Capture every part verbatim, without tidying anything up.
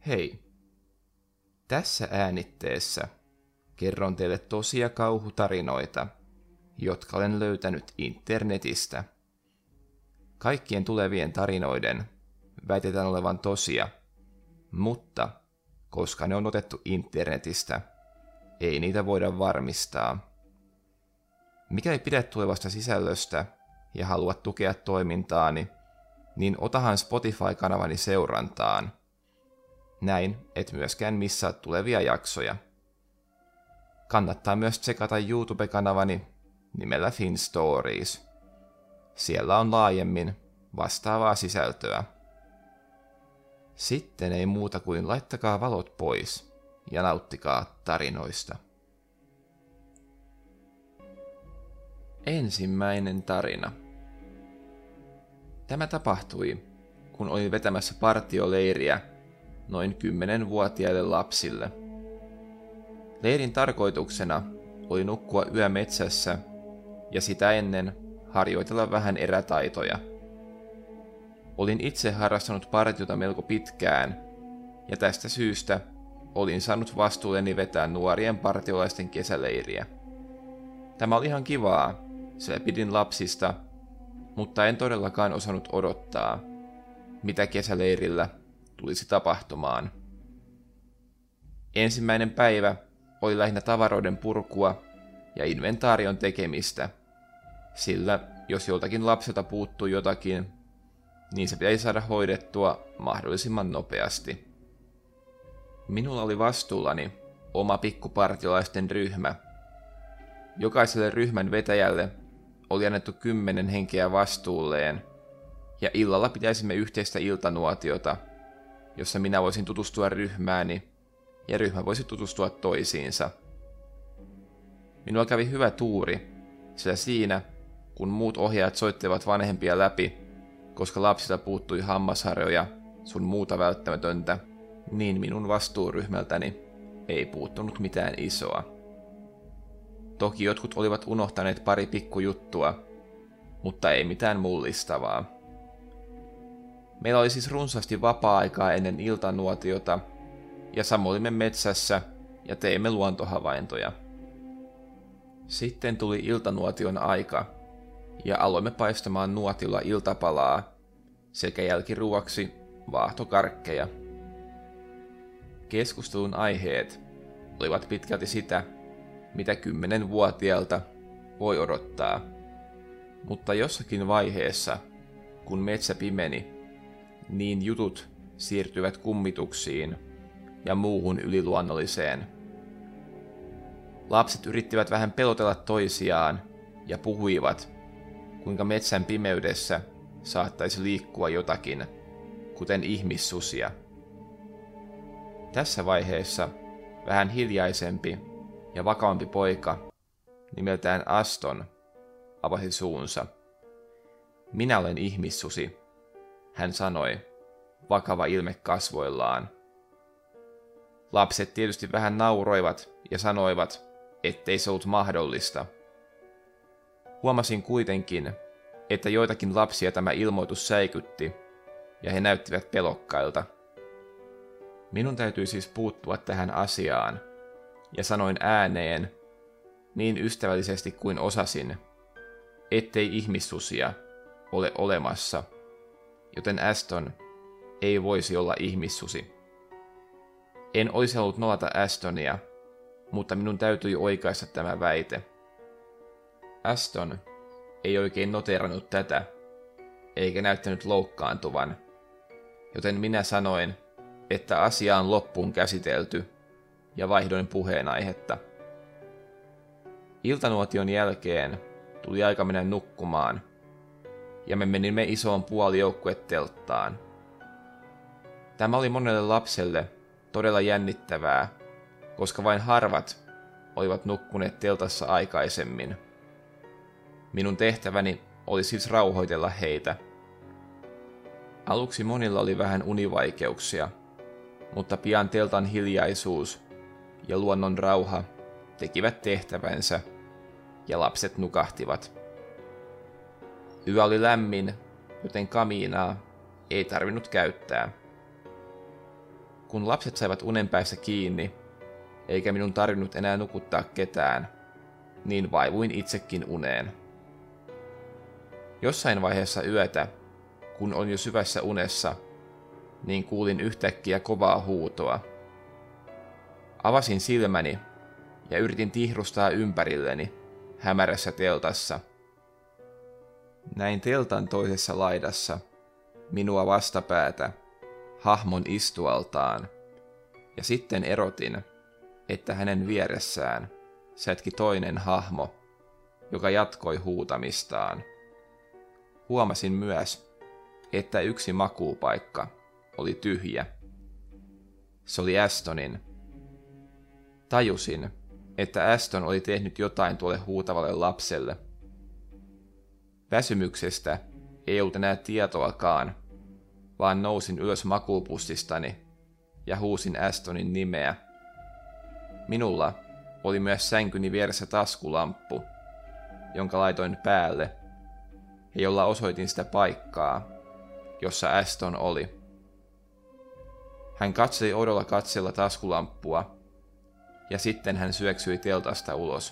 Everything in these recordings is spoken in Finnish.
Hei! Tässä äänitteessä kerron teille tosia kauhutarinoita, jotka olen löytänyt internetistä. Kaikkien tulevien tarinoiden väitetään olevan tosia, mutta koska ne on otettu internetistä, ei niitä voida varmistaa. Mikäli pidät tulevasta sisällöstä ja haluat tukea toimintaani, niin otahan Spotify-kanavani seurantaan. Näin et myöskään missaa tulevia jaksoja. Kannattaa myös tsekata YouTube-kanavani nimellä FinStories. Siellä on laajemmin vastaavaa sisältöä. Sitten ei muuta kuin laittakaa valot pois ja nauttikaa tarinoista. Ensimmäinen tarina. Tämä tapahtui, kun olin vetämässä partioleiriä noin kymmenvuotiaille lapsille. Leirin tarkoituksena oli nukkua yö metsässä ja sitä ennen harjoitella vähän erätaitoja. Olin itse harrastanut partiota melko pitkään, ja tästä syystä olin saanut vastuulleni vetää nuorien partiolaisten kesäleiriä. Tämä oli ihan kivaa, sillä pidin lapsista, mutta en todellakaan osannut odottaa, mitä kesäleirillä tulisi tapahtumaan. Ensimmäinen päivä oli lähinnä tavaroiden purkua ja inventaarion tekemistä, sillä jos joltakin lapselta puuttui jotakin, niin se pitäisi saada hoidettua mahdollisimman nopeasti. Minulla oli vastuullani oma pikkupartiolaisten ryhmä. Jokaiselle ryhmän vetäjälle oli annettu kymmenen henkeä vastuulleen, ja illalla pitäisimme yhteistä iltanuotiota, jossa minä voisin tutustua ryhmääni ja ryhmä voisi tutustua toisiinsa. Minulla kävi hyvä tuuri, sillä siinä, kun muut ohjaajat soittivat vanhempia läpi, koska lapsilta puuttui hammasharjoja sun muuta välttämätöntä, niin minun vastuuryhmältäni ei puuttunut mitään isoa. Toki jotkut olivat unohtaneet pari pikkujuttua, mutta ei mitään mullistavaa. Meillä oli siis runsaasti vapaa-aikaa ennen iltanuotiota, ja sammuimme metsässä ja teimme luontohavaintoja. Sitten tuli iltanuotion aika, ja aloimme paistamaan nuotilla iltapalaa sekä jälkiruuaksi vaahtokarkkeja. Keskustelun aiheet olivat pitkälti sitä, mitä kymmenvuotiaalta voi odottaa. Mutta jossakin vaiheessa, kun metsä pimeni, niin jutut siirtyivät kummituksiin ja muuhun yliluonnolliseen. Lapset yrittivät vähän pelotella toisiaan ja puhuivat, kuinka metsän pimeydessä saattaisi liikkua jotakin, kuten ihmissusia. Tässä vaiheessa vähän hiljaisempi ja vakavampi poika nimeltään Aston avasi suunsa. Minä olen ihmissusi, hän sanoi, vakava ilme kasvoillaan. Lapset tietysti vähän nauroivat ja sanoivat, ettei se ollut mahdollista. Huomasin kuitenkin, että joitakin lapsia tämä ilmoitus säikytti, ja he näyttivät pelokkailta. Minun täytyi siis puuttua tähän asiaan, ja sanoin ääneen, niin ystävällisesti kuin osasin, ettei ihmissusia ole olemassa, joten Aston ei voisi olla ihmissusi. En olisi halunnut nolata Astonia, mutta minun täytyi oikaista tämä väite. Aston ei oikein noteerannut tätä, eikä näyttänyt loukkaantuvan, joten minä sanoin, että asia on loppuun käsitelty, ja vaihdoin puheenaihetta. Iltanuotion jälkeen tuli aika mennä nukkumaan, ja me menimme isoon puolijoukkuetelttaan. Tämä oli monelle lapselle todella jännittävää, koska vain harvat olivat nukkuneet teltassa aikaisemmin. Minun tehtäväni oli siis rauhoitella heitä. Aluksi monilla oli vähän univaikeuksia, mutta pian teltan hiljaisuus ja luonnon rauha tekivät tehtävänsä ja lapset nukahtivat. Yö oli lämmin, joten kamiinaa ei tarvinnut käyttää. Kun lapset saivat unenpäissä kiinni, eikä minun tarvinnut enää nukuttaa ketään, niin vaivuin itsekin uneen. Jossain vaiheessa yötä, kun olin jo syvässä unessa, niin kuulin yhtäkkiä kovaa huutoa. Avasin silmäni ja yritin tihrustaa ympärilleni hämärässä teltassa. Näin teltan toisessa laidassa minua vastapäätä hahmon istualtaan, ja sitten erotin, että hänen vieressään sätki toinen hahmo, joka jatkoi huutamistaan. Huomasin myös, että yksi makuupaikka oli tyhjä. Se oli Astonin. Tajusin, että Aston oli tehnyt jotain tuolle huutavalle lapselle. Väsymyksestä ei ollut enää tietoakaan, vaan nousin ylös makuupussistani ja huusin Astonin nimeä. Minulla oli myös sänkyni vieressä taskulamppu, jonka laitoin päälle ja jolla osoitin sitä paikkaa, jossa Aston oli. Hän katseli odolla katsella taskulamppua ja sitten hän syöksyi teltasta ulos.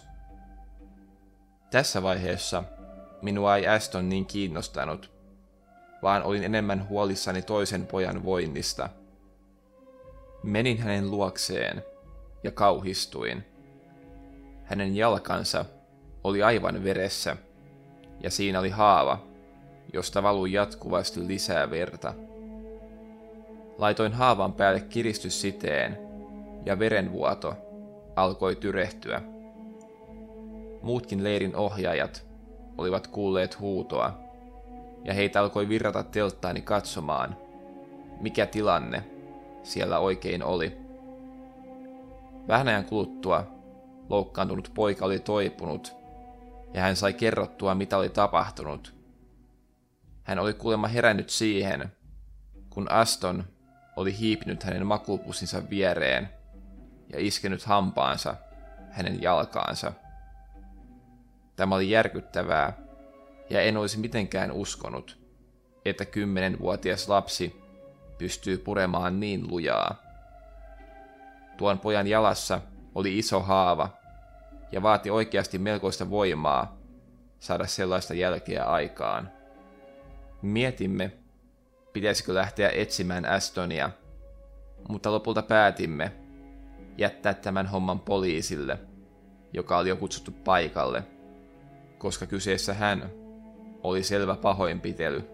Tässä vaiheessa minua ei Aston niin kiinnostanut, vaan olin enemmän huolissani toisen pojan voinnista. Menin hänen luokseen ja kauhistuin. Hänen jalkansa oli aivan veressä, ja siinä oli haava, josta valui jatkuvasti lisää verta. Laitoin haavan päälle kiristyssiteen, ja verenvuoto alkoi tyrehtyä. Muutkin leirin ohjaajat olivat kuulleet huutoa, ja heitä alkoi virrata telttaani katsomaan, mikä tilanne siellä oikein oli. Vähän ajan kuluttua loukkaantunut poika oli toipunut, ja hän sai kerrottua, mitä oli tapahtunut. Hän oli kuulemma herännyt siihen, kun Aston oli hiipinyt hänen makuupussinsa viereen ja iskenyt hampaansa hänen jalkaansa. Tämä oli järkyttävää, ja en olisi mitenkään uskonut, että kymmenvuotias lapsi pystyy puremaan niin lujaa. Tuon pojan jalassa oli iso haava, ja vaati oikeasti melkoista voimaa saada sellaista jälkeä aikaan. Mietimme, pitäisikö lähteä etsimään Astonia, mutta lopulta päätimme jättää tämän homman poliisille, joka oli jo kutsuttu paikalle, koska kyseessä hän oli selvä pahoinpitely.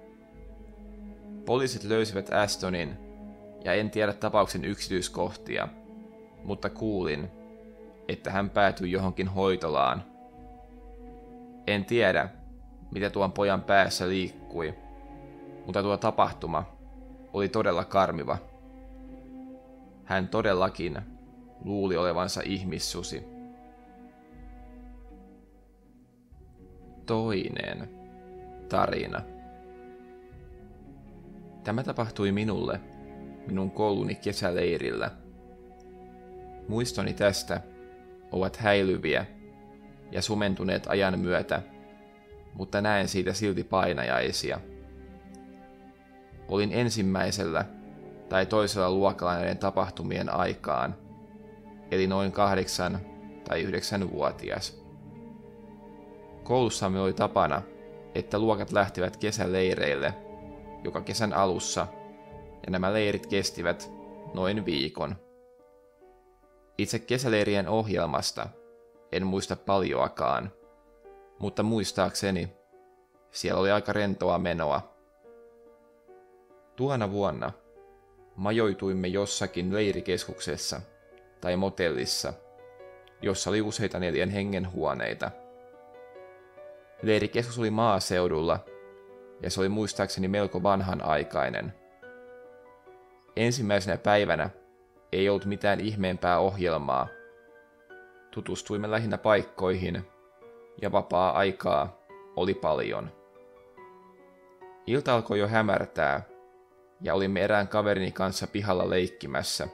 Poliisit löysivät Astonin, ja en tiedä tapauksen yksityiskohtia, mutta kuulin, että hän päätyi johonkin hoitolaan. En tiedä, mitä tuon pojan päässä liikkui, mutta tuo tapahtuma oli todella karmiva. Hän todellakin luuli olevansa ihmissusi. Toinen tarina. Tämä tapahtui minulle minun kouluni kesäleirillä. Muistoni tästä ovat häilyviä ja sumentuneet ajan myötä, mutta näen siitä silti painajaisia. Olin ensimmäisellä tai toisella luokalla näiden tapahtumien aikaan, eli noin kahdeksan tai yhdeksänvuotias. Koulussamme oli tapana, että luokat lähtivät kesäleireille joka kesän alussa, ja nämä leirit kestivät noin viikon. Itse kesäleirien ohjelmasta en muista paljoakaan, mutta muistaakseni siellä oli aika rentoa menoa. Tuona vuonna majoituimme jossakin leirikeskuksessa tai motellissa, jossa oli useita neljän hengen huoneita. Leirikeskus oli maaseudulla, ja se oli muistaakseni melko vanhanaikainen. Ensimmäisenä päivänä ei ollut mitään ihmeempää ohjelmaa. Tutustuimme lähinnä paikkoihin, ja vapaa-aikaa oli paljon. Ilta alkoi jo hämärtää, ja olimme erään kaverini kanssa pihalla leikkimässä.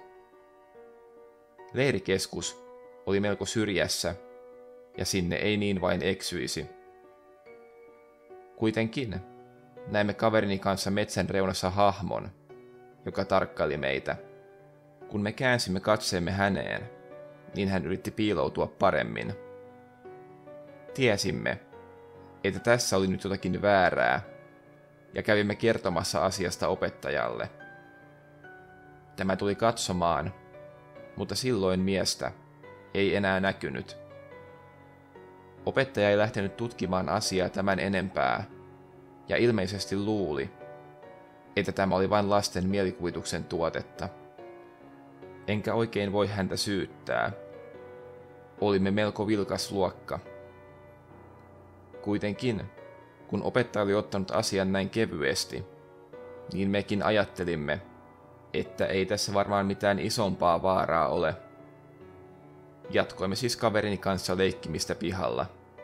Leirikeskus oli melko syrjässä, ja sinne ei niin vain eksyisi. Kuitenkin näimme kaverini kanssa metsän reunassa hahmon, joka tarkkaili meitä. Kun me käänsimme katseemme häneen, niin hän yritti piiloutua paremmin. Tiesimme, että tässä oli nyt jotakin väärää, ja kävimme kertomassa asiasta opettajalle. Tämä tuli katsomaan, mutta silloin miestä ei enää näkynyt. Opettaja ei lähtenyt tutkimaan asiaa tämän enempää, ja ilmeisesti luuli, että tämä oli vain lasten mielikuvituksen tuotetta. Enkä oikein voi häntä syyttää. Olimme melko vilkas luokka. Kuitenkin, kun opettaja oli ottanut asian näin kevyesti, niin mekin ajattelimme, että ei tässä varmaan mitään isompaa vaaraa ole. Jatkoimme siis kaverini kanssa leikkimistä pihalla.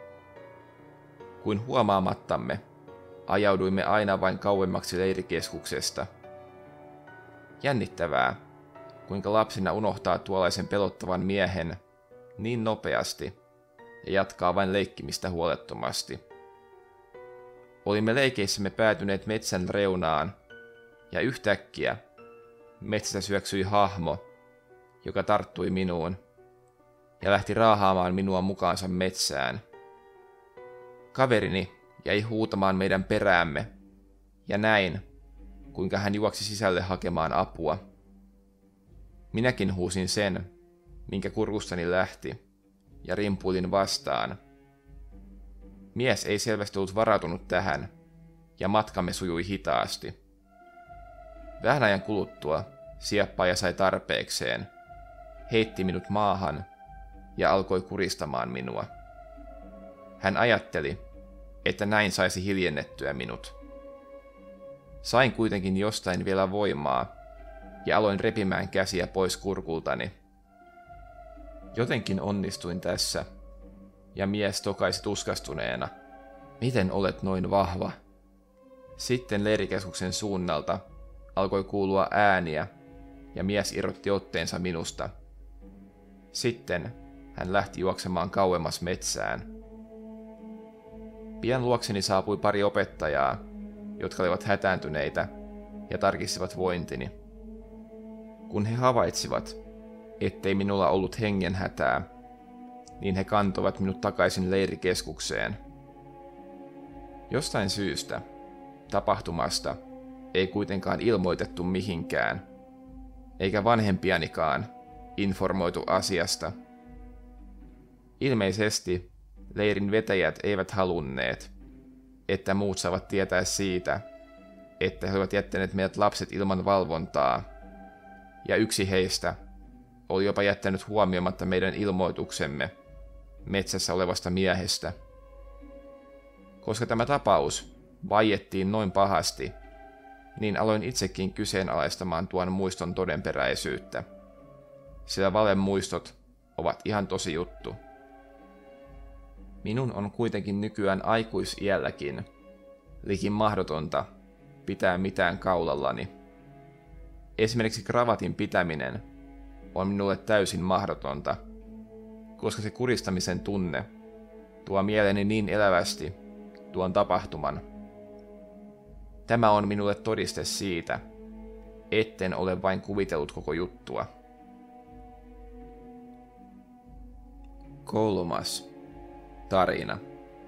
Kuin huomaamattamme, ajauduimme aina vain kauemmaksi leirikeskuksesta. Jännittävää, kuinka lapsina unohtaa tuollaisen pelottavan miehen niin nopeasti ja jatkaa vain leikkimistä huolettomasti. Olimme leikeissämme päätyneet metsän reunaan, ja yhtäkkiä metsästä syöksyi hahmo, joka tarttui minuun ja lähti raahaamaan minua mukaansa metsään. Kaverini jäi huutamaan meidän peräämme, ja näin, kuinka hän juoksi sisälle hakemaan apua. Minäkin huusin sen, minkä kurkustani lähti, ja rimpuilin vastaan. Mies ei selvästi ollut varautunut tähän, ja matkamme sujui hitaasti. Vähän ajan kuluttua sieppaaja sai tarpeekseen, heitti minut maahan ja alkoi kuristamaan minua. Hän ajatteli, että näin saisi hiljennettyä minut. Sain kuitenkin jostain vielä voimaa ja aloin repimään käsiä pois kurkultani. Jotenkin onnistuin tässä, ja mies tokaisi tuskastuneena. Miten olet noin vahva? Sitten leirikeskuksen suunnalta alkoi kuulua ääniä, ja mies irrotti otteensa minusta. Sitten hän lähti juoksemaan kauemmas metsään. Pian luokseni saapui pari opettajaa, jotka olivat hätääntyneitä ja tarkistivat vointini. Kun he havaitsivat, ettei minulla ollut hengenhätää, niin he kantoivat minut takaisin leirikeskukseen. Jostain syystä tapahtumasta ei kuitenkaan ilmoitettu mihinkään, eikä vanhempianikaan informoitu asiasta. Ilmeisesti leirin vetäjät eivät halunneet, että muut saavat tietää siitä, että he olivat jättäneet meidät lapset ilman valvontaa, ja yksi heistä oli jopa jättänyt huomioimatta meidän ilmoituksemme metsässä olevasta miehestä. Koska tämä tapaus vaiettiin noin pahasti, niin aloin itsekin kyseenalaistamaan tuon muiston todenperäisyyttä, sillä valemuistot ovat ihan tosi juttu. Minun on kuitenkin nykyään aikuisiälläkin likin mahdotonta pitää mitään kaulallani. Esimerkiksi kravatin pitäminen on minulle täysin mahdotonta, koska se kuristamisen tunne tuo mieleeni niin elävästi tuon tapahtuman. Tämä on minulle todiste siitä, etten ole vain kuvitellut koko juttua. Kolmas tarina.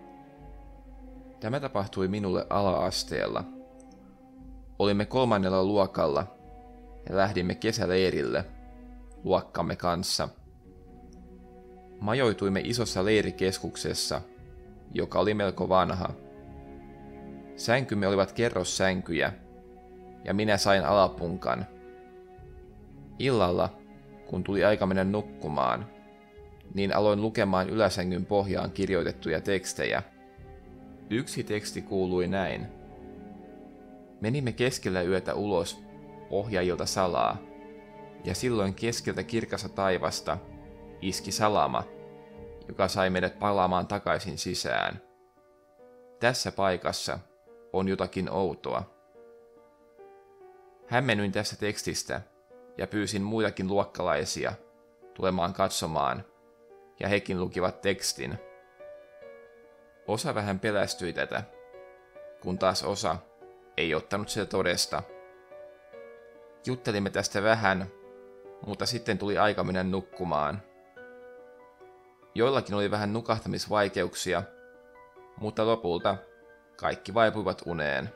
Tämä tapahtui minulle ala-asteella. Olimme kolmannella luokalla ja lähdimme kesäleirille luokkamme kanssa. Majoituimme isossa leirikeskuksessa, joka oli melko vanha. Sänkymme olivat kerrossänkyjä, ja minä sain alapunkan. Illalla, kun tuli aika mennä nukkumaan, niin aloin lukemaan yläsängyn pohjaan kirjoitettuja tekstejä. Yksi teksti kuului näin. Menimme keskellä yötä ulos ohjaajilta salaa, ja silloin keskeltä kirkasta taivasta iski salama, joka sai meidät palaamaan takaisin sisään. Tässä paikassa on jotakin outoa. Hämmennyin tästä tekstistä ja pyysin muitakin luokkalaisia tulemaan katsomaan, ja hekin lukivat tekstin. Osa vähän pelästyi tätä, kun taas osa ei ottanut sitä todesta. Juttelimme tästä vähän, mutta sitten tuli aika mennä nukkumaan. Joillakin oli vähän nukahtamisvaikeuksia, mutta lopulta kaikki vaipuivat uneen.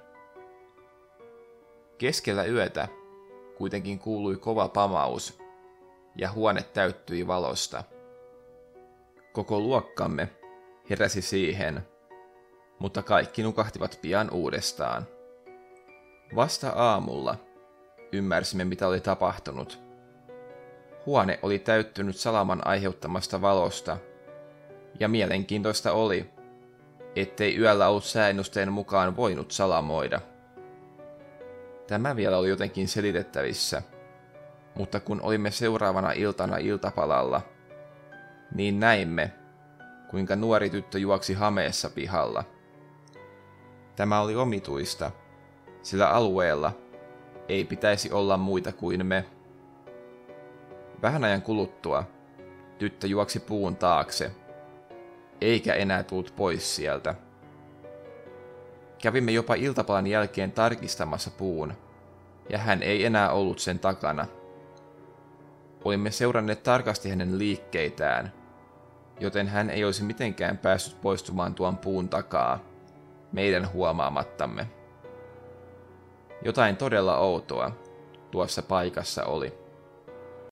Keskellä yötä kuitenkin kuului kova pamaus, ja huone täyttyi valosta. Koko luokkamme heräsi siihen, mutta kaikki nukahtivat pian uudestaan. Vasta aamulla ymmärsimme, mitä oli tapahtunut. Huone oli täyttynyt salaman aiheuttamasta valosta, ja mielenkiintoista oli, ettei yöllä ollut sääennusteen mukaan voinut salamoida. Tämä vielä oli jotenkin selitettävissä, mutta kun olimme seuraavana iltana iltapalalla, niin näimme, kuinka nuori tyttö juoksi hameessa pihalla. Tämä oli omituista, sillä alueella ei pitäisi olla muita kuin me. Vähän ajan kuluttua tyttö juoksi puun taakse, eikä enää tullut pois sieltä. Kävimme jopa iltapalan jälkeen tarkistamassa puun, ja hän ei enää ollut sen takana. Olimme seuranneet tarkasti hänen liikkeitään, joten hän ei olisi mitenkään päässyt poistumaan tuon puun takaa, meidän huomaamattamme. Jotain todella outoa tuossa paikassa oli.